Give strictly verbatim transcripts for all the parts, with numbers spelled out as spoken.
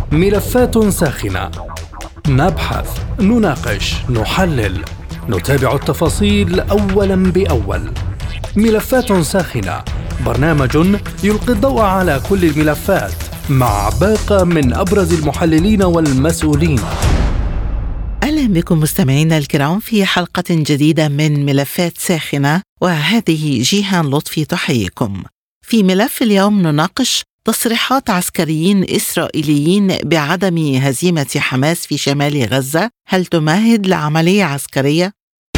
ملفات ساخنة، نبحث، نناقش، نحلل، نتابع التفاصيل أولاً بأول. ملفات ساخنة، برنامج يلقي الضوء على كل الملفات مع باقة من أبرز المحللين والمسؤولين. أهلا بكم مستمعينا الكرام في حلقة جديدة من ملفات ساخنة، وهذه جيهان لطفي تحييكم. في ملف اليوم نناقش تصريحات عسكريين إسرائيليين بعدم هزيمة حماس في شمال غزة، هل تمهد لعملية عسكرية؟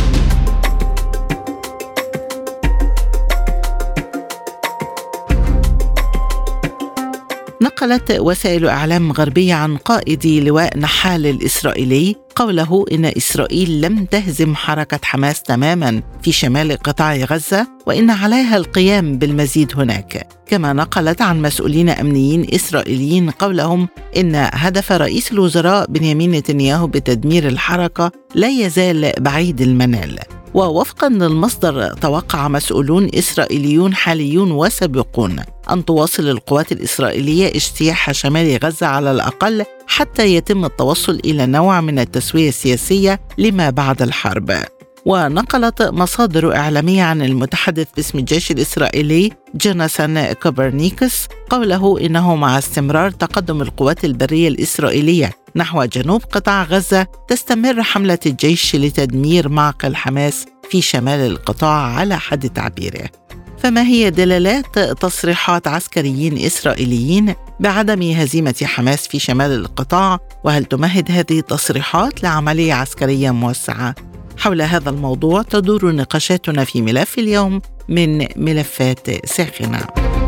نقلت وسائل إعلام غربية عن قائد لواء نحال الإسرائيلي قوله إن إسرائيل لم تهزم حركة حماس تماماً في شمال قطاع غزة، وإن عليها القيام بالمزيد هناك. كما نقلت عن مسؤولين أمنيين إسرائيليين قولهم إن هدف رئيس الوزراء بنيامين نتنياهو بتدمير الحركة لا يزال بعيد المنال. ووفقاً للمصدر، توقع مسؤولون إسرائيليون حاليون وسابقون أن تواصل القوات الإسرائيلية اجتياح شمال غزة على الأقل حتى يتم التوصل إلى نوع من التسوية السياسية لما بعد الحرب. ونقلت مصادر إعلامية عن المتحدث باسم الجيش الإسرائيلي جوناثان كوبرنيكوس قوله إنه مع استمرار تقدم القوات البرية الإسرائيلية نحو جنوب قطاع غزة تستمر حملة الجيش لتدمير معقل حماس في شمال القطاع على حد تعبيره. فما هي دلالات تصريحات عسكريين إسرائيليين بعدم هزيمة حماس في شمال القطاع؟ وهل تمهد هذه التصريحات لعملية عسكرية موسعة؟ حول هذا الموضوع تدور نقاشاتنا في ملف اليوم من ملفات ساخنة.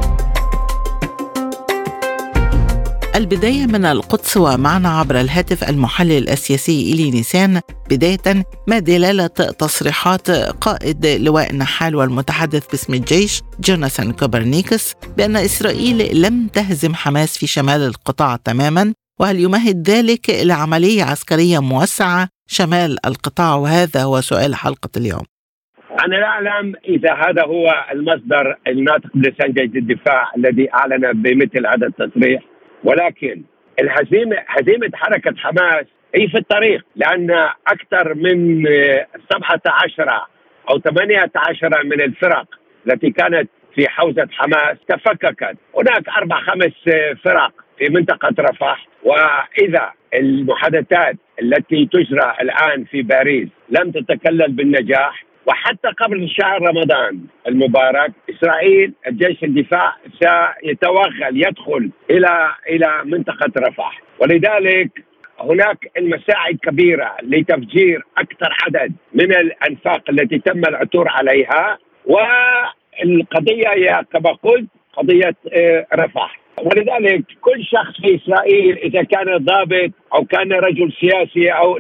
البداية من القدس، ومعنا عبر الهاتف المحلل السياسي إلي نيسان. بداية، ما دلالة تصريحات قائد لواء نحال والمتحدث باسم الجيش جوناثان كوبرنيكوس بأن إسرائيل لم تهزم حماس في شمال القطاع تماما؟ وهل يمهد ذلك لعملية عسكرية موسعة شمال القطاع؟ وهذا هو سؤال حلقة اليوم. أنا لا أعلم إذا هذا هو المصدر الناطق بلسان جيش الدفاع الذي أعلن بمثل هذا التصريح، ولكن الهزيمة هزيمة حركة حماس هي في الطريق، لأن أكثر من سبعة عشر أو ثمانية عشر من الفرق التي كانت في حوزة حماس تفككت. هناك أربع خمس فرق في منطقة رفح، وإذا المحادثات التي تجرى الآن في باريس لم تتكلل بالنجاح، وحتى قبل شهر رمضان المبارك إسرائيل الجيش الدفاع سيتوغل يدخل إلى إلى منطقة رفح، ولذلك هناك المساعي كبيرة لتفجير أكثر عدد من الأنفاق التي تم العثور عليها. والقضية هي كما قلت قضية رفح، ولذلك كل شخص في إسرائيل إذا كان ضابط أو كان رجل سياسي أو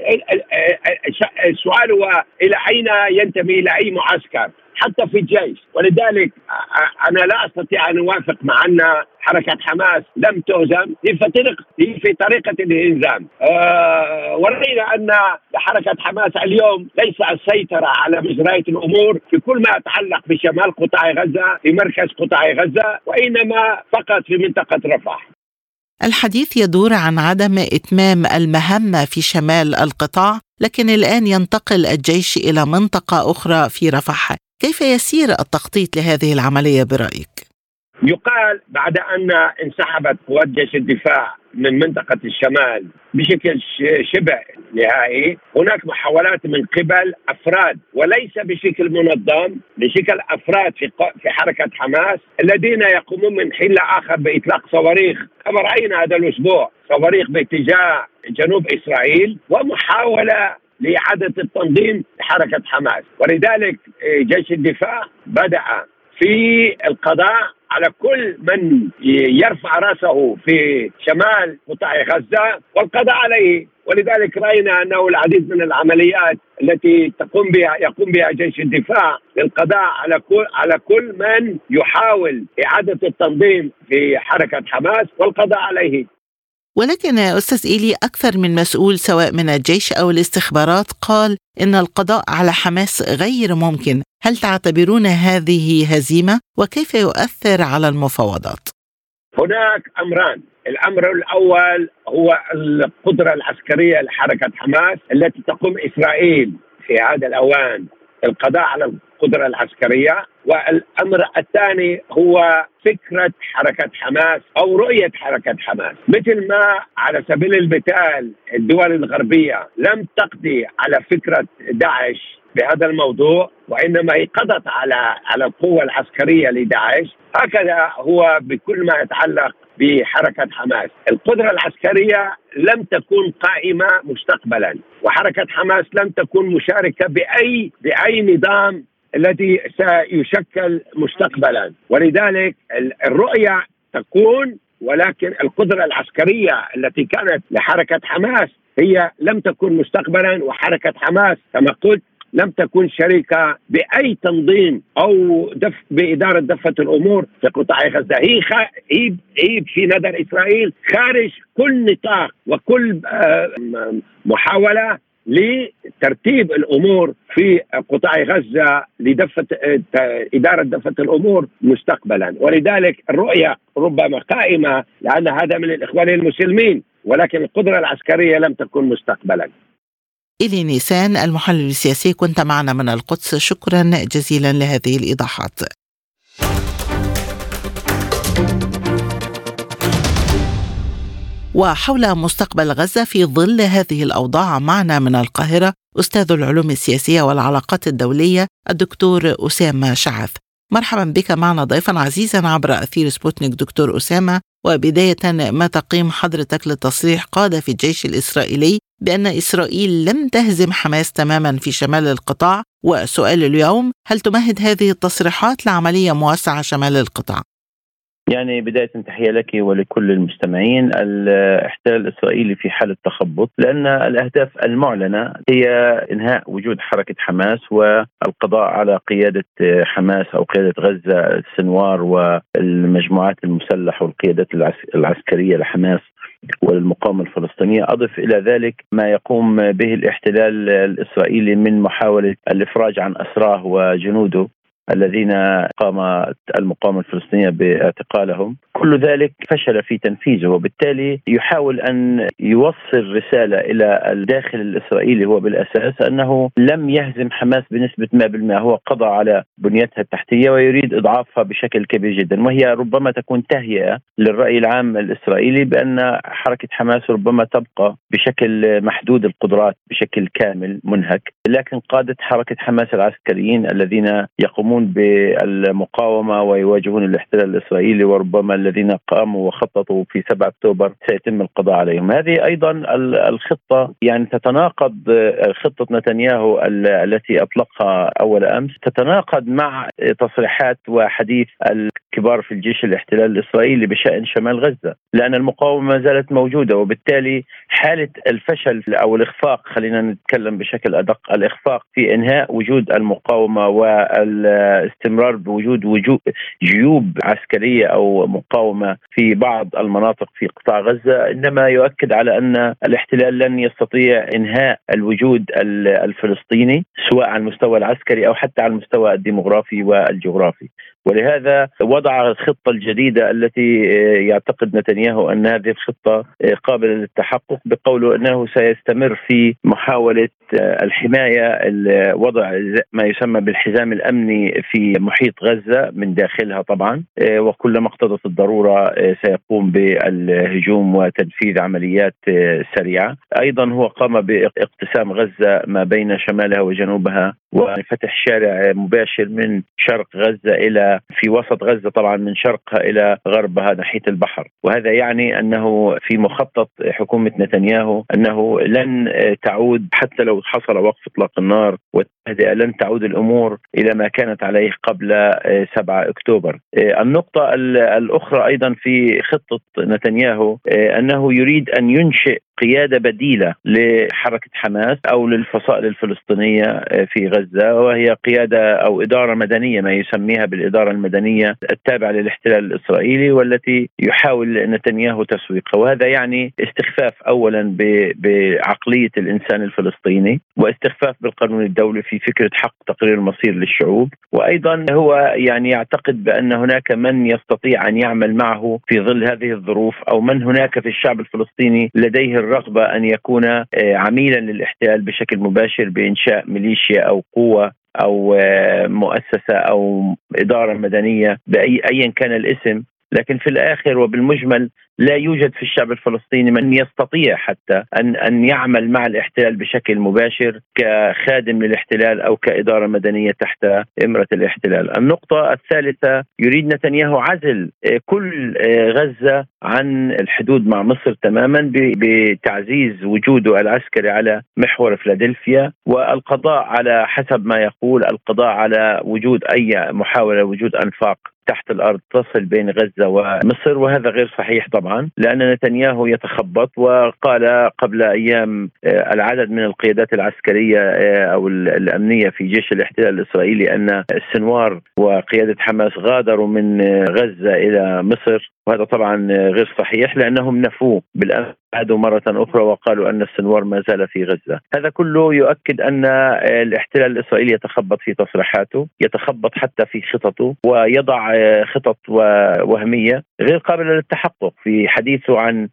السؤال هو إلى أين ينتمي، إلى أي معسكر حتى في الجيش. ولذلك أنا لا أستطيع أن أوافق مع أن حركة حماس لم تهزم، هي في طريقة الانهزام. أه ورأينا أن حركة حماس اليوم ليس السيطرة على مجريات الأمور في كل ما يتعلق بشمال قطاع غزة في مركز قطاع غزة، وإنما فقط في منطقة رفح. الحديث يدور عن عدم إتمام المهمة في شمال القطاع، لكن الآن ينتقل الجيش إلى منطقة أخرى في رفح. كيف يسير التخطيط لهذه العملية برأيك؟ يقال بعد أن انسحبت قوات جيش الدفاع من منطقة الشمال بشكل شبه نهائي، هناك محاولات من قبل أفراد وليس بشكل منظم، بشكل أفراد في في حركة حماس الذين يقومون من حين لآخر بإطلاق صواريخ، كما رأينا هذا الأسبوع صواريخ باتجاه جنوب إسرائيل، ومحاولة لإعادة التنظيم لحركة حماس. ولذلك جيش الدفاع بدأ في القضاء على كل من يرفع رأسه في شمال قطاع غزة والقضاء عليه. ولذلك رأينا أنه العديد من العمليات التي تقوم بها يقوم بها جيش الدفاع للقضاء على كل على كل من يحاول إعادة التنظيم في حركة حماس والقضاء عليه. ولكن أستاذ إيلي، أكثر من مسؤول سواء من الجيش أو الاستخبارات قال إن القضاء على حماس غير ممكن. هل تعتبرون هذه هزيمة؟ وكيف يؤثر على المفاوضات؟ هناك أمران. الأمر الأول هو القدرة العسكرية لحركة حماس التي تقوم إسرائيل في هذا الأوان القضاء على القدرة العسكرية، والأمر الثاني هو فكرة حركة حماس أو رؤية حركة حماس. مثل ما على سبيل المثال الدول الغربية لم تقضي على فكرة داعش بهذا الموضوع، وإنما هي قضت على على القوة العسكرية لداعش، هكذا هو بكل ما يتعلق بحركة حماس. القدرة العسكرية لم تكن قائمة مستقبلا، وحركة حماس لم تكن مشاركة بأي بأي نظام الذي سيشكل مستقبلا، ولذلك الرؤية تكون، ولكن القدرة العسكرية التي كانت لحركة حماس هي لم تكن مستقبلا، وحركة حماس كما قلت لم تكن شريكة بأي تنظيم أو دف بإدارة دفة الأمور في قطاع غزة. هي, خ... هي... هي في نظر إسرائيل خارج كل نطاق وكل محاولة لترتيب الأمور في قطاع غزة لدفة إدارة دفة الأمور مستقبلا، ولذلك الرؤية ربما قائمة لأن هذا من الإخوان المسلمين، ولكن القدرة العسكرية لم تكن مستقبلا. إلي نيسان المحلل السياسي، كنت معنا من القدس، شكرا جزيلا لهذه الإيضاحات. وحول مستقبل غزة في ظل هذه الأوضاع معنا من القاهرة أستاذ العلوم السياسية والعلاقات الدولية الدكتور أسامة شعث. مرحبا بك معنا ضيفا عزيزا عبر أثير سبوتنيك دكتور أسامة. وبداية، ما تقييم حضرتك لتصريح قادة في الجيش الإسرائيلي بأن إسرائيل لم تهزم حماس تماما في شمال القطاع؟ وسؤال اليوم، هل تمهد هذه التصريحات لعملية موسعة شمال القطاع؟ يعني بداية تحية لك ولكل المستمعين. الاحتلال الإسرائيلي في حالة تخبط، لأن الأهداف المعلنة هي إنهاء وجود حركة حماس والقضاء على قيادة حماس أو قيادة غزة، السنوار والمجموعات المسلحة والقيادات العسكرية لحماس والمقاومة الفلسطينية. أضف إلى ذلك ما يقوم به الاحتلال الإسرائيلي من محاولة الإفراج عن أسراه وجنوده الذين قامت المقاومة الفلسطينية باعتقالهم. كل ذلك فشل في تنفيذه، وبالتالي يحاول أن يوصل رسالة إلى الداخل الإسرائيلي هو بالأساس أنه لم يهزم حماس بنسبة مئة بالمئة، هو قضى على بنيتها التحتية ويريد إضعافها بشكل كبير جدا، وهي ربما تكون تهيئة للرأي العام الإسرائيلي بأن حركة حماس ربما تبقى بشكل محدود القدرات بشكل كامل منهك. لكن قادة حركة حماس العسكريين الذين يقومون بالمقاومة ويواجهون الاحتلال الإسرائيلي وربما الذين قاموا وخططوا في سبعة أكتوبر سيتم القضاء عليهم. هذه أيضا الخطة يعني تتناقض خطة نتنياهو التي أطلقها أول أمس، تتناقض مع تصريحات وحديث الكبار في الجيش الاحتلال الإسرائيلي بشأن شمال غزة، لأن المقاومة ما زالت موجودة، وبالتالي حالة الفشل أو الإخفاق، خلينا نتكلم بشكل أدق، الإخفاق في إنهاء وجود المقاومة والاستمرار بوجود وجود جيوب عسكرية أو مقاومة في بعض المناطق في قطاع غزة، إنما يؤكد على أن الاحتلال لن يستطيع إنهاء الوجود الفلسطيني سواء على المستوى العسكري أو حتى على المستوى الديمغرافي والجغرافي. ولهذا وضع الخطة الجديدة التي يعتقد نتنياهو أن هذه الخطة قابلة للتحقق بقوله أنه سيستمر في محاولة الحماية، وضع ما يسمى بالحزام الأمني في محيط غزة من داخلها طبعا، وكلما اقتضت الضرورة سيقوم بالهجوم وتنفيذ عمليات سريعة. أيضا هو قام باقتسام غزة ما بين شمالها وجنوبها وفتح شارع مباشر من شرق غزة إلى في وسط غزة طبعا من شرقها إلى غربها ناحية البحر. وهذا يعني أنه في مخطط حكومة نتنياهو أنه لن تعود حتى لو حصل وقف إطلاق النار والتهدئة، لن تعود الأمور إلى ما كانت عليه قبل سبعة أكتوبر. النقطة الأخرى أيضا في خطة نتنياهو أنه يريد أن ينشئ قيادة بديلة لحركة حماس أو للفصائل الفلسطينية في غزة، وهي قيادة أو إدارة مدنية، ما يسميها بالإدارة المدنية التابعة للاحتلال الإسرائيلي، والتي يحاول نتنياهو تسويقها. وهذا يعني استخفاف أولا بعقلية الإنسان الفلسطيني، واستخفاف بالقانون الدولي في فكرة حق تقرير المصير للشعوب. وأيضا هو يعني يعتقد بأن هناك من يستطيع أن يعمل معه في ظل هذه الظروف، أو من هناك في الشعب الفلسطيني لديه الرغبة أن يكون عميلا للاحتلال بشكل مباشر بإنشاء ميليشيا أو قوة أو مؤسسة أو إدارة مدنية بأي أيا كان الاسم. لكن في الآخر وبالمجمل لا يوجد في الشعب الفلسطيني من يستطيع حتى أن أن يعمل مع الاحتلال بشكل مباشر كخادم للاحتلال أو كإدارة مدنية تحت إمرة الاحتلال. النقطة الثالثة، يريد نتنياهو عزل كل غزة عن الحدود مع مصر تماما بتعزيز وجوده العسكري على محور فيلادلفيا، والقضاء على حسب ما يقول القضاء على وجود أي محاولة وجود أنفاق تحت الأرض تصل بين غزة ومصر. وهذا غير صحيح طبعا، لأن نتنياهو يتخبط. وقال قبل أيام العدد من القيادات العسكرية أو الأمنية في جيش الاحتلال الإسرائيلي أن السنوار وقيادة حماس غادروا من غزة إلى مصر، وهذا طبعا غير صحيح لأنهم نفوه بالأمس عادوا مرة أخرى وقالوا أن السنوار ما زال في غزة. هذا كله يؤكد أن الاحتلال الإسرائيلي يتخبط في تصريحاته، يتخبط حتى في خططه، ويضع خطط وهمية غير قابلة للتحقق في حديثه عن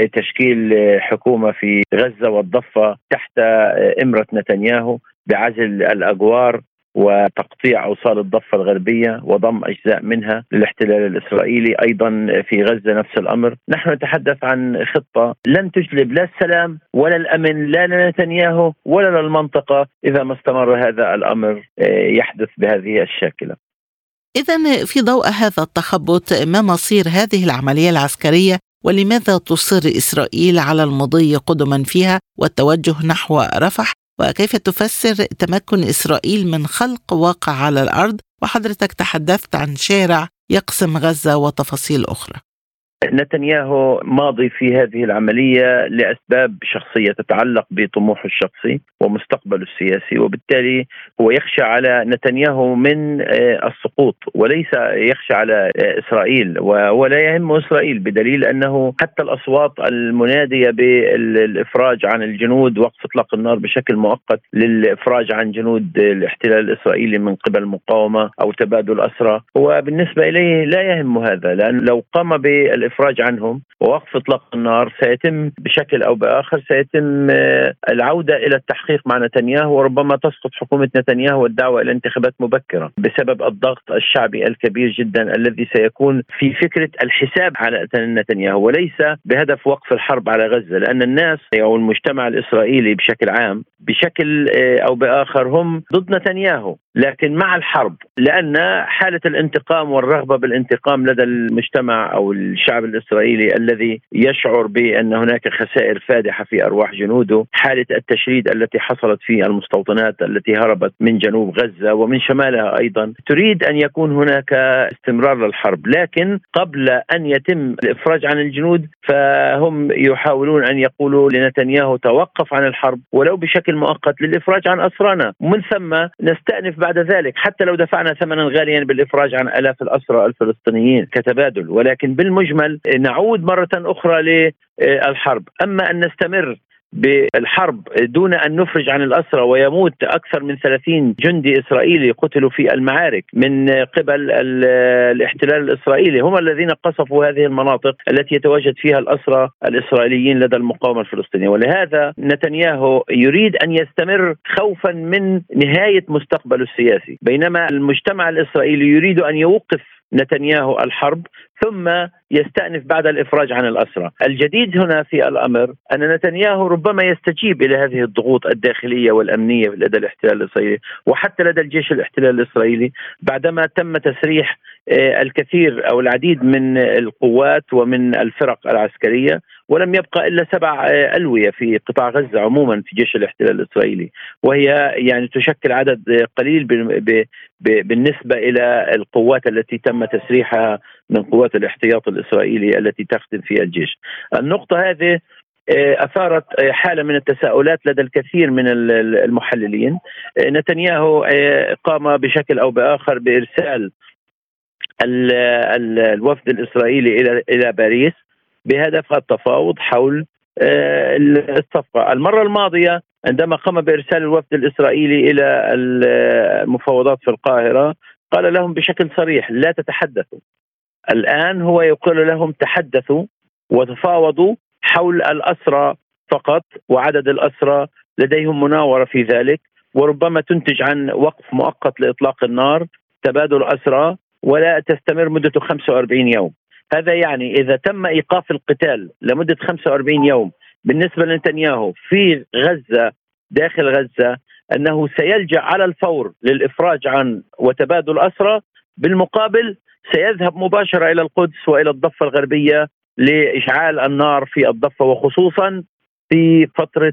تشكيل حكومة في غزة والضفة تحت إمرة نتنياهو بعزل الأجوار وتقطيع أوصال الضفة الغربية وضم أجزاء منها للاحتلال الإسرائيلي. أيضا في غزة نفس الأمر. نحن نتحدث عن خطة لن تجلب لا السلام ولا الأمن لا لنتنياهو ولا للمنطقة إذا ما استمر هذا الأمر يحدث بهذه الشاكلة. إذن في ضوء هذا التخبط، ما مصير هذه العملية العسكرية، ولماذا تصر إسرائيل على المضي قدما فيها والتوجه نحو رفح؟ وكيف تفسر تمكن إسرائيل من خلق واقع على الأرض؟ وحضرتك تحدثت عن شارع يقسم غزة وتفاصيل أخرى. نتنياهو ماضي في هذه العملية لأسباب شخصية تتعلق بطموحه الشخصي ومستقبله السياسي، وبالتالي هو يخشى على نتنياهو من السقوط وليس يخشى على إسرائيل، ولا يهمه إسرائيل، بدليل أنه حتى الأصوات المنادية بالإفراج عن الجنود، وقف إطلاق النار بشكل مؤقت للإفراج عن جنود الاحتلال الإسرائيلي من قبل المقاومة أو تبادل أسرى، هو بالنسبة إليه لا يهمه هذا، لأن لو قام بال الإفراج عنهم ووقف إطلاق النار سيتم بشكل أو بآخر، سيتم العودة إلى التحقيق مع نتنياهو، وربما تسقط حكومة نتنياهو والدعوة إلى انتخابات مبكرة بسبب الضغط الشعبي الكبير جدا الذي سيكون في فكرة الحساب على نتنياهو، وليس بهدف وقف الحرب على غزة، لأن الناس أو المجتمع الإسرائيلي بشكل عام بشكل أو بآخر هم ضد نتنياهو لكن مع الحرب، لأن حالة الانتقام والرغبة بالانتقام لدى المجتمع أو الشعب الإسرائيلي الذي يشعر بأن هناك خسائر فادحة في أرواح جنوده، حالة التشريد التي حصلت في المستوطنات التي هربت من جنوب غزة ومن شمالها أيضا، تريد أن يكون هناك استمرار للحرب. لكن قبل أن يتم الإفراج عن الجنود فهم يحاولون أن يقولوا لنتنياهو توقف عن الحرب ولو بشكل مؤقت للإفراج عن أسرانا، ومن ثم نستأنف بعد ذلك حتى لو دفعنا ثمنا غاليا بالإفراج عن آلاف الأسرى الفلسطينيين كتبادل، ولكن بالمجمل نعود مرة أخرى للحرب. أما أن نستمر بالحرب دون أن نفرج عن الأسرى ويموت أكثر من ثلاثين جندي إسرائيلي قتلوا في المعارك من قبل الاحتلال الإسرائيلي، هم الذين قصفوا هذه المناطق التي يتواجد فيها الأسرى الإسرائيليين لدى المقاومة الفلسطينية. ولهذا نتنياهو يريد أن يستمر خوفا من نهاية مستقبله السياسي، بينما المجتمع الإسرائيلي يريد أن يوقف نتنياهو الحرب ثم يستأنف بعد الإفراج عن الأسرى. الجديد هنا في الأمر أن نتنياهو ربما يستجيب إلى هذه الضغوط الداخلية والأمنية لدى الاحتلال الإسرائيلي وحتى لدى الجيش الاحتلال الإسرائيلي، بعدما تم تسريح الكثير أو العديد من القوات ومن الفرق العسكرية، ولم يبقى إلا سبع ألوية في قطاع غزة عموما في جيش الاحتلال الإسرائيلي، وهي يعني تشكل عدد قليل بالنسبة إلى القوات التي تم تسريحها من قوات الاحتياط الإسرائيلي التي تخدم في الجيش. النقطة هذه أثارت حالة من التساؤلات لدى الكثير من المحللين. نتنياهو قام بشكل أو بآخر بإرسال الوفد الإسرائيلي إلى إلى باريس بهدف التفاوض حول الصفقة. المرة الماضية عندما قام بإرسال الوفد الإسرائيلي إلى المفاوضات في القاهرة قال لهم بشكل صريح لا تتحدثوا. الآن هو يقول لهم تحدثوا وتفاوضوا حول الأسرى فقط، وعدد الأسرى لديهم مناورة في ذلك، وربما تنتج عن وقف مؤقت لإطلاق النار، تبادل أسرى، ولا تستمر مدة خمسة وأربعين يوم. هذا يعني إذا تم إيقاف القتال لمدة خمسة وأربعين يوم بالنسبة لنتنياهو في غزة داخل غزة أنه سيلجأ على الفور للإفراج عن وتبادل أسرى، بالمقابل سيذهب مباشرة إلى القدس وإلى الضفة الغربية لإشعال النار في الضفة، وخصوصا في فترة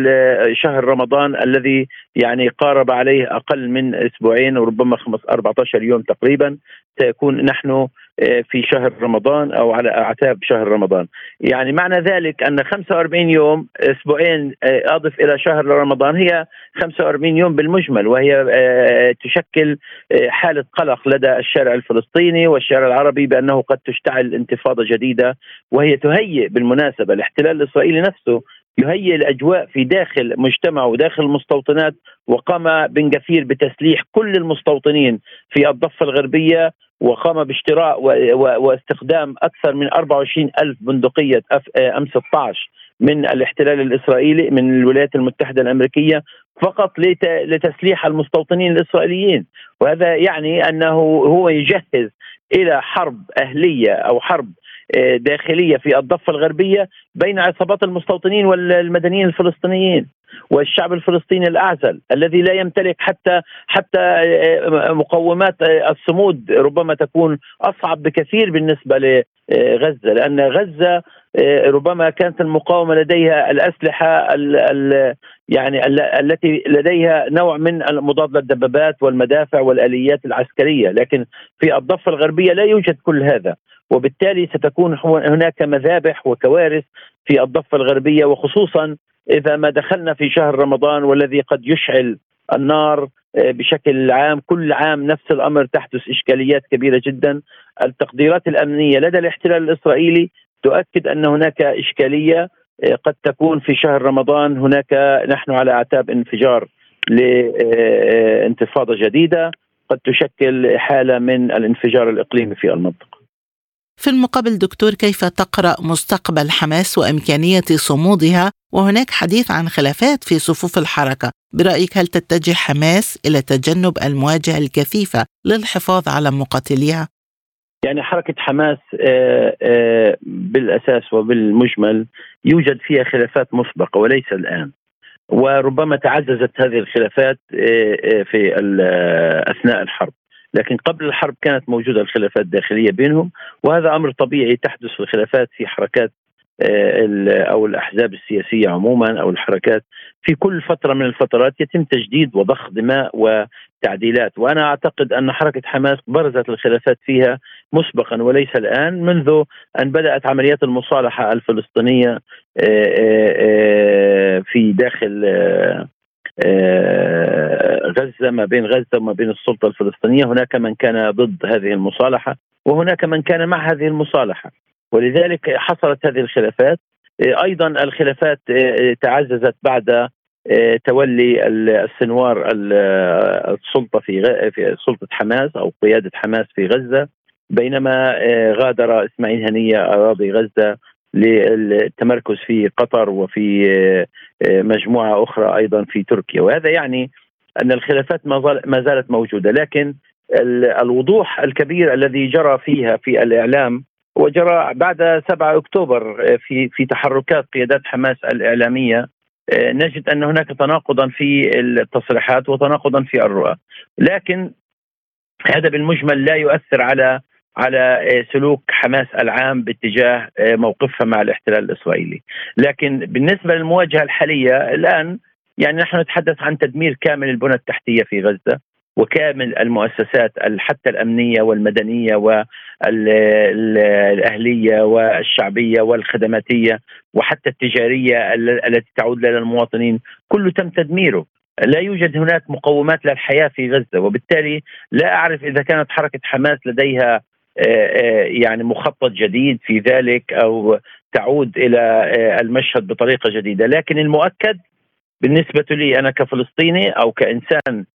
شهر رمضان الذي يعني قارب عليه أقل من أسبوعين وربما أربعة عشر يوم تقريبا. سيكون نحن في شهر رمضان أو على أعتاب شهر رمضان. يعني معنى ذلك أن خمسة وأربعين يوم أسبوعين أضف إلى شهر رمضان هي خمسة وأربعين يوم بالمجمل، وهي تشكل حالة قلق لدى الشارع الفلسطيني والشارع العربي بأنه قد تشتعل انتفاضة جديدة، وهي تهيئ بالمناسبة الاحتلال الإسرائيلي نفسه يهيئ الأجواء في داخل مجتمع وداخل المستوطنات، وقام بن غفير بتسليح كل المستوطنين في الضفة الغربية، وقام باشتراء واستخدام أكثر من أربعة وعشرين ألف بندقية أم ستة عشر من الاحتلال الإسرائيلي من الولايات المتحدة الأمريكية فقط لتسليح المستوطنين الإسرائيليين. وهذا يعني أنه هو يجهز إلى حرب أهلية أو حرب داخلية في الضفة الغربية بين عصابات المستوطنين والمدنيين الفلسطينيين والشعب الفلسطيني الأعزل الذي لا يمتلك حتى حتى مقومات الصمود، ربما تكون أصعب بكثير بالنسبة لغزة، لأن غزة ربما كانت المقاومة لديها الأسلحة ال ال يعني ال التي لديها نوع من المضاد للدبابات والمدافع والآليات العسكرية، لكن في الضفة الغربية لا يوجد كل هذا، وبالتالي ستكون هناك مذابح وكوارث في الضفة الغربية، وخصوصا إذا ما دخلنا في شهر رمضان والذي قد يشعل النار بشكل عام. كل عام نفس الأمر، تحدث إشكاليات كبيرة جدا. التقديرات الأمنية لدى الاحتلال الإسرائيلي تؤكد أن هناك إشكالية قد تكون في شهر رمضان. هناك نحن على أعتاب انفجار لانتفاضة جديدة قد تشكل حالة من الانفجار الإقليمي في المنطقة. في المقابل دكتور، كيف تقرأ مستقبل حماس وإمكانية صمودها وهناك حديث عن خلافات في صفوف الحركة؟ برأيك هل تتجه حماس إلى تجنب المواجهة الكثيفة للحفاظ على مقاتليها؟ يعني حركة حماس بالأساس وبالمجمل يوجد فيها خلافات مسبقة وليس الآن، وربما تعززت هذه الخلافات في أثناء الحرب، لكن قبل الحرب كانت موجودة الخلافات الداخلية بينهم، وهذا أمر طبيعي. تحدث الخلافات في حركات أو الأحزاب السياسية عموما أو الحركات في كل فترة من الفترات يتم تجديد وضخ دماء وتعديلات، وأنا أعتقد أن حركة حماس برزت الخلافات فيها مسبقا وليس الآن، منذ أن بدأت عمليات المصالحة الفلسطينية في داخل غزة ما بين غزة وما بين السلطة الفلسطينية. هناك من كان ضد هذه المصالحة وهناك من كان مع هذه المصالحة، ولذلك حصلت هذه الخلافات. أيضا الخلافات تعززت بعد تولي السنوار السلطة في سلطة حماس أو قيادة حماس في غزة، بينما غادر إسماعيل هنية أراضي غزة للتمركز في قطر وفي مجموعة أخرى أيضا في تركيا، وهذا يعني أن الخلافات ما زالت موجودة. لكن الوضوح الكبير الذي جرى فيها في الإعلام وجرى بعد سبعة أكتوبر في في تحركات قيادات حماس الإعلامية، نجد أن هناك تناقضا في التصريحات وتناقضا في الرؤى، لكن هذا بالمجمل لا يؤثر على على سلوك حماس العام باتجاه موقفها مع الاحتلال الإسرائيلي. لكن بالنسبة للمواجهة الحالية الآن، يعني نحن نتحدث عن تدمير كامل البنى التحتية في غزة، وكامل المؤسسات حتى الأمنية والمدنية والأهلية والشعبية والخدماتية وحتى التجارية التي تعود إلى المواطنين، كله تم تدميره. لا يوجد هناك مقومات للحياة في غزة، وبالتالي لا أعرف إذا كانت حركة حماس لديها يعني مخطط جديد في ذلك أو تعود إلى المشهد بطريقة جديدة. لكن المؤكد بالنسبة لي أنا كفلسطيني أو كإنسان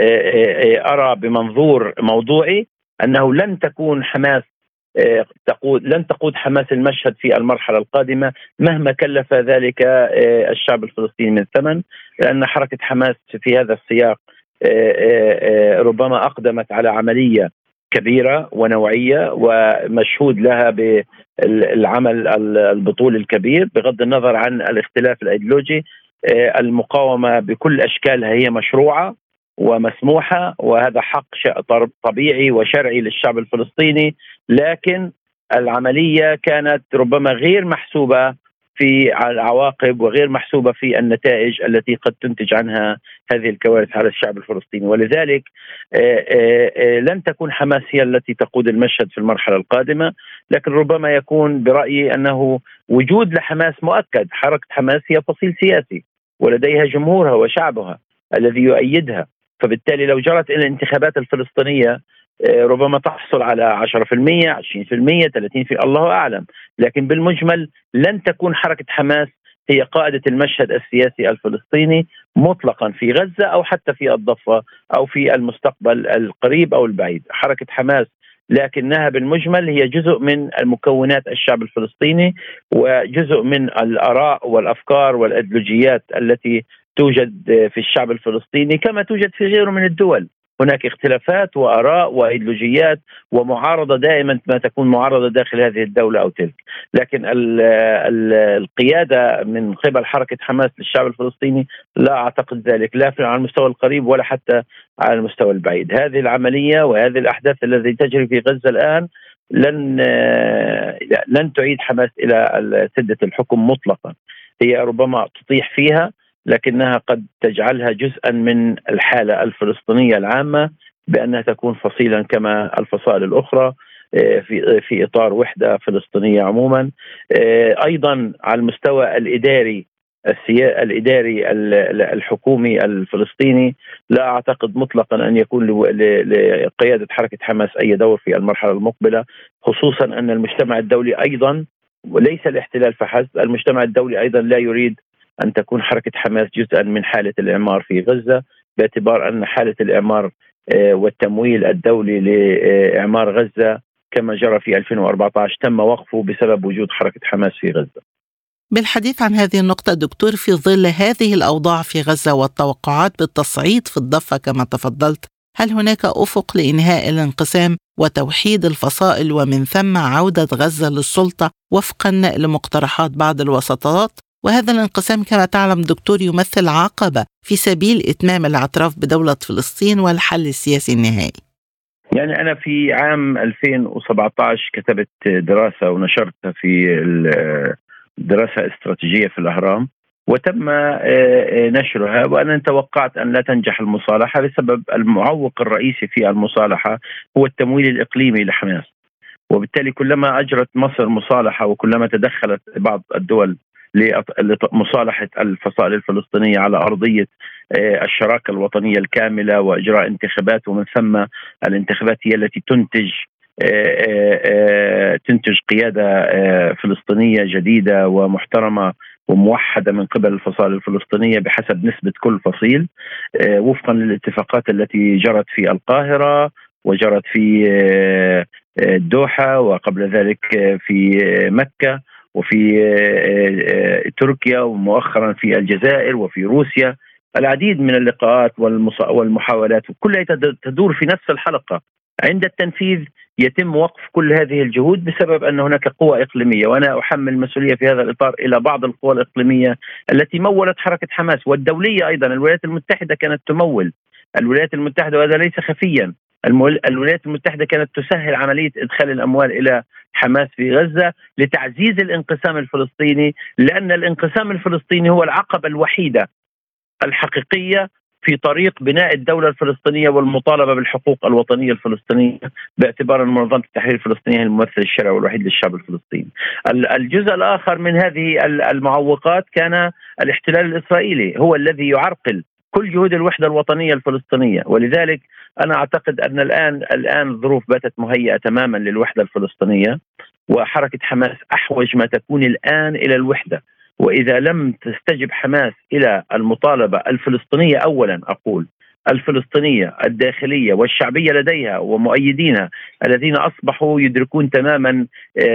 أرى بمنظور موضوعي أنه لن تكون حماس تقود لن تقود حماس المشهد في المرحلة القادمة مهما كلف ذلك الشعب الفلسطيني من ثمن، لأن حركة حماس في هذا السياق ربما أقدمت على عملية كبيرة ونوعية ومشهود لها بالعمل البطولي الكبير بغض النظر عن الاختلاف الأيديولوجي. المقاومة بكل أشكالها هي مشروعة ومسموحة، وهذا حق طبيعي وشرعي للشعب الفلسطيني، لكن العملية كانت ربما غير محسوبة في العواقب وغير محسوبة في النتائج التي قد تنتج عنها هذه الكوارث على الشعب الفلسطيني. ولذلك لن تكون حماس هي التي تقود المشهد في المرحلة القادمة، لكن ربما يكون برأيي أنه وجود لحماس مؤكد. حركة حماس هي فصيل سياسي ولديها جمهورها وشعبها الذي يؤيدها، فبالتالي لو جرت الانتخابات الفلسطينية ربما تحصل على عشرة بالمئة عشرين بالمئة ثلاثين بالمئة الله أعلم، لكن بالمجمل لن تكون حركة حماس هي قائدة المشهد السياسي الفلسطيني مطلقا في غزة أو حتى في الضفة أو في المستقبل القريب أو البعيد. حركة حماس لكنها بالمجمل هي جزء من المكونات الشعب الفلسطيني وجزء من الآراء والأفكار والأيديولوجيات التي توجد في الشعب الفلسطيني كما توجد في غيره من الدول. هناك اختلافات وآراء وإيديولوجيات ومعارضة دائما ما تكون معارضة داخل هذه الدولة أو تلك، لكن ال ال القيادة من قبل حركة حماس للشعب الفلسطيني لا أعتقد ذلك، لا على المستوى القريب ولا حتى على المستوى البعيد. هذه العملية وهذه الأحداث التي تجري في غزة الآن لن لن تعيد حماس إلى سدة الحكم مطلقا. هي ربما تطيح فيها، لكنها قد تجعلها جزءا من الحالة الفلسطينية العامة بأنها تكون فصيلا كما الفصائل الأخرى في في إطار وحدة فلسطينية عموما. أيضا على المستوى الإداري الإداري الحكومي الفلسطيني لا أعتقد مطلقا أن يكون لقيادة حركة حماس أي دور في المرحلة المقبلة، خصوصا أن المجتمع الدولي أيضا وليس الاحتلال فحسب، المجتمع الدولي أيضا لا يريد أن تكون حركة حماس جزءا من حالة الإعمار في غزة، باعتبار أن حالة الإعمار والتمويل الدولي لإعمار غزة كما جرى في ألفين وأربعة عشر تم وقفه بسبب وجود حركة حماس في غزة. بالحديث عن هذه النقطة دكتور، في ظل هذه الأوضاع في غزة والتوقعات بالتصعيد في الضفة كما تفضلت، هل هناك أفق لإنهاء الانقسام وتوحيد الفصائل ومن ثم عودة غزة للسلطة وفقا لمقترحات بعض الوساطات؟ وهذا الانقسام كما تعلم دكتور يمثل عقبة في سبيل إتمام الاعتراف بدولة فلسطين والحل السياسي النهائي. يعني أنا في عام ألفين وسبعة عشر كتبت دراسة ونشرتها في دراسة استراتيجية في الأهرام وتم نشرها، وأنا توقعت أن لا تنجح المصالحة لسبب المعوق الرئيسي في المصالحة هو التمويل الإقليمي لحماس، وبالتالي كلما أجرت مصر مصالحة وكلما تدخلت بعض الدول لمصالحة الفصائل الفلسطينية على أرضية الشراكة الوطنية الكاملة وإجراء انتخابات، ومن ثم الانتخابات هي التي تنتج تنتج قيادة فلسطينية جديدة ومحترمة وموحدة من قبل الفصائل الفلسطينية بحسب نسبة كل فصيل وفقا للاتفاقات التي جرت في القاهرة وجرت في الدوحة وقبل ذلك في مكة وفي تركيا ومؤخرا في الجزائر وفي روسيا. العديد من اللقاءات والمحاولات كلها تدور في نفس الحلقة. عند التنفيذ يتم وقف كل هذه الجهود بسبب أن هناك قوى إقليمية، وأنا أحمل المسؤولية في هذا الإطار إلى بعض القوى الإقليمية التي مولت حركة حماس، والدولية أيضا. الولايات المتحدة كانت تمول، الولايات المتحدة، وهذا ليس خفيا. الولايات المتحدة كانت تسهل عملية إدخال الأموال إلى حماس في غزة لتعزيز الانقسام الفلسطيني، لأن الانقسام الفلسطيني هو العقبة الوحيدة الحقيقية في طريق بناء الدولة الفلسطينية والمطالبة بالحقوق الوطنية الفلسطينية، باعتبار أن منظمة التحرير الفلسطينية هي الممثل الشرعي والوحيد للشعب الفلسطيني. الجزء الآخر من هذه المعوقات كان الاحتلال الإسرائيلي، هو الذي يعرقل كل جهود الوحدة الوطنية الفلسطينية. ولذلك أنا أعتقد أن الآن الآن الظروف باتت مهيئة تماما للوحدة الفلسطينية، وحركة حماس أحوج ما تكون الآن إلى الوحدة. وإذا لم تستجب حماس إلى المطالبة الفلسطينية، أولا أقول الفلسطينية الداخلية والشعبية لديها ومؤيدينها الذين أصبحوا يدركون تماما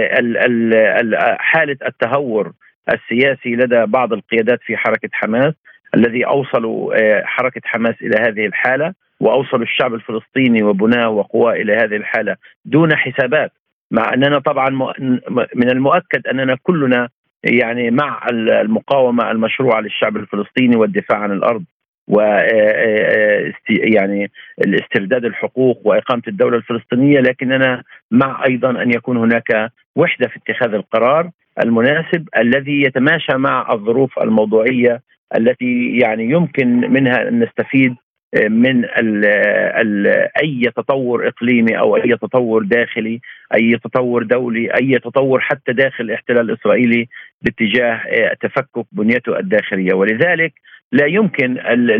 حالة التهور السياسي لدى بعض القيادات في حركة حماس، الذي أوصلوا حركة حماس إلى هذه الحالة، وأوصلوا الشعب الفلسطيني وبناه وقواه إلى هذه الحالة دون حسابات. مع أننا طبعا من المؤكد أننا كلنا يعني مع المقاومة المشروعة للشعب الفلسطيني والدفاع عن الأرض و يعني الاسترداد الحقوق وإقامة الدولة الفلسطينية، لكننا مع أيضا أن يكون هناك وحدة في اتخاذ القرار المناسب الذي يتماشى مع الظروف الموضوعية التي يعني يمكن منها أن نستفيد من ال ال أي تطور إقليمي أو أي تطور داخلي، أي تطور دولي، أي تطور حتى داخل الاحتلال الإسرائيلي باتجاه تفكك بنيته الداخلية. ولذلك لا يمكن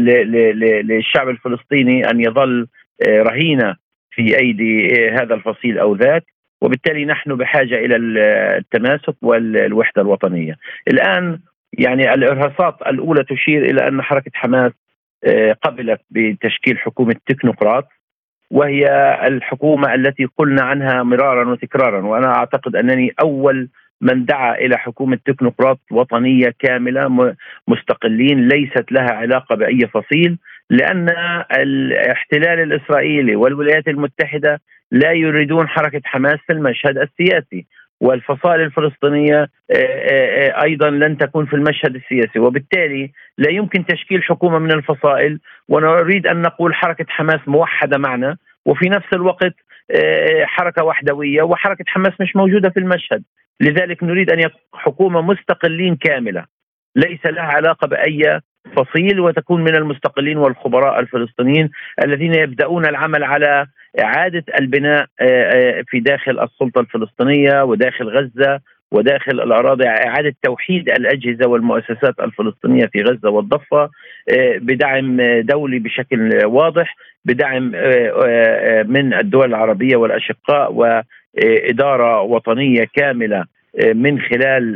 للشعب الفلسطيني أن يظل رهينة في أيدي هذا الفصيل أو ذاك، وبالتالي نحن بحاجة إلى التماسك والوحدة الوطنية. الآن يعني الإرهاصات الأولى تشير إلى أن حركة حماس قبلت بتشكيل حكومة تكنوقراط، وهي الحكومة التي قلنا عنها مرارا وتكرارا، وأنا أعتقد أنني أول من دعا إلى حكومة تكنوقراط وطنية كاملة مستقلين ليست لها علاقة بأي فصيل، لأن الاحتلال الإسرائيلي والولايات المتحدة لا يريدون حركة حماس في المشهد السياسي، والفصائل الفلسطينية أيضا لن تكون في المشهد السياسي، وبالتالي لا يمكن تشكيل حكومة من الفصائل ونريد أن نقول حركة حماس موحدة معنا وفي نفس الوقت حركة وحدوية، وحركة حماس مش موجودة في المشهد. لذلك نريد أن يكون حكومة مستقلين كاملة ليس لها علاقة بأي فصيل، وتكون من المستقلين والخبراء الفلسطينيين الذين يبدأون العمل على إعادة البناء في داخل السلطة الفلسطينية وداخل غزة وداخل الأراضي، إعادة توحيد الأجهزة والمؤسسات الفلسطينية في غزة والضفة بدعم دولي بشكل واضح، بدعم من الدول العربية والأشقاء، وإدارة وطنية كاملة من خلال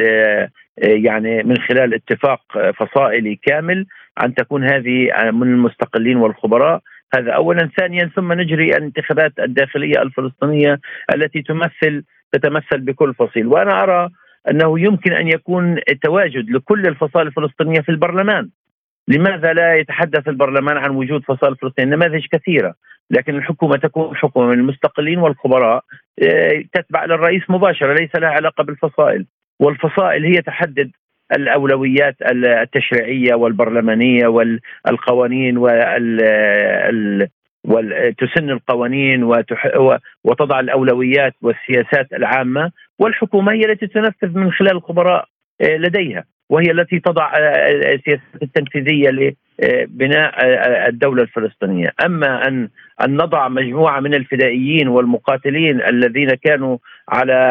يعني من خلال اتفاق فصائلي كامل أن تكون هذه من المستقلين والخبراء. هذا أولا. ثانيا، ثم نجري الانتخابات الداخلية الفلسطينية التي تمثل تتمثل بكل فصيل، وأنا أرى أنه يمكن أن يكون تواجد لكل الفصائل الفلسطينية في البرلمان. لماذا لا يتحدث البرلمان عن وجود فصائل فلسطينية؟ نماذج كثيرة، لكن الحكومة تكون حكومة من المستقلين والخبراء تتبع للرئيس مباشرة، ليس لها علاقة بالفصائل، والفصائل هي تحدد الأولويات التشريعية والبرلمانية والقوانين وتسن القوانين وتضع الأولويات والسياسات العامة، والحكومة هي التي تنفذ من خلال الخبراء لديها، وهي التي تضع السياسات التنفيذية لبناء الدولة الفلسطينية. أما أن أن نضع مجموعة من الفدائيين والمقاتلين الذين كانوا على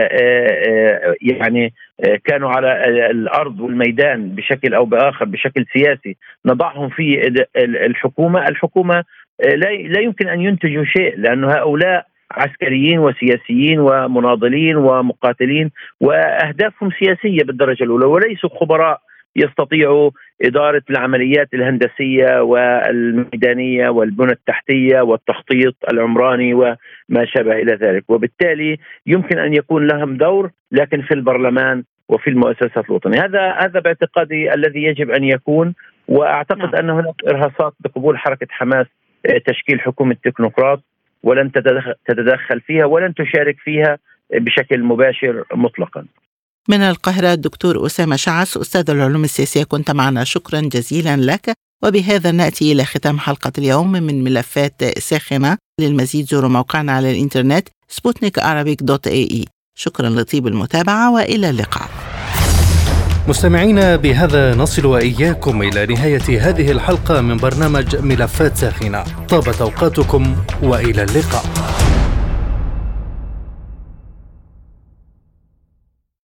يعني كانوا على الأرض والميدان بشكل أو بآخر بشكل سياسي، نضعهم في الحكومة، الحكومة لا يمكن أن ينتجوا شيء، لأن هؤلاء عسكريين وسياسيين ومناضلين ومقاتلين وأهدافهم سياسية بالدرجة الأولى، وليسوا خبراء يستطيعوا إدارة العمليات الهندسية والميدانية والبنى التحتية والتخطيط العمراني وما شابه إلى ذلك. وبالتالي يمكن أن يكون لهم دور، لكن في البرلمان وفي المؤسسات الوطنية. هذا هذا باعتقادي الذي يجب أن يكون. وأعتقد أن هناك إرهاصات بقبول حركة حماس تشكيل حكومة تكنوقراط، ولن تتدخل فيها ولن تشارك فيها بشكل مباشر مطلقا. من القاهرة الدكتور أسامة شعث، أستاذ العلوم السياسية، كنت معنا، شكرا جزيلا لك. وبهذا نأتي إلى ختام حلقة اليوم من ملفات ساخنة. للمزيد زوروا موقعنا على الإنترنت سبوتنيك عربيك دوت اي اي. شكرا لطيب المتابعة وإلى اللقاء. مستمعينا، بهذا نصل وإياكم إلى نهاية هذه الحلقة من برنامج ملفات ساخنة. طابت أوقاتكم وإلى اللقاء.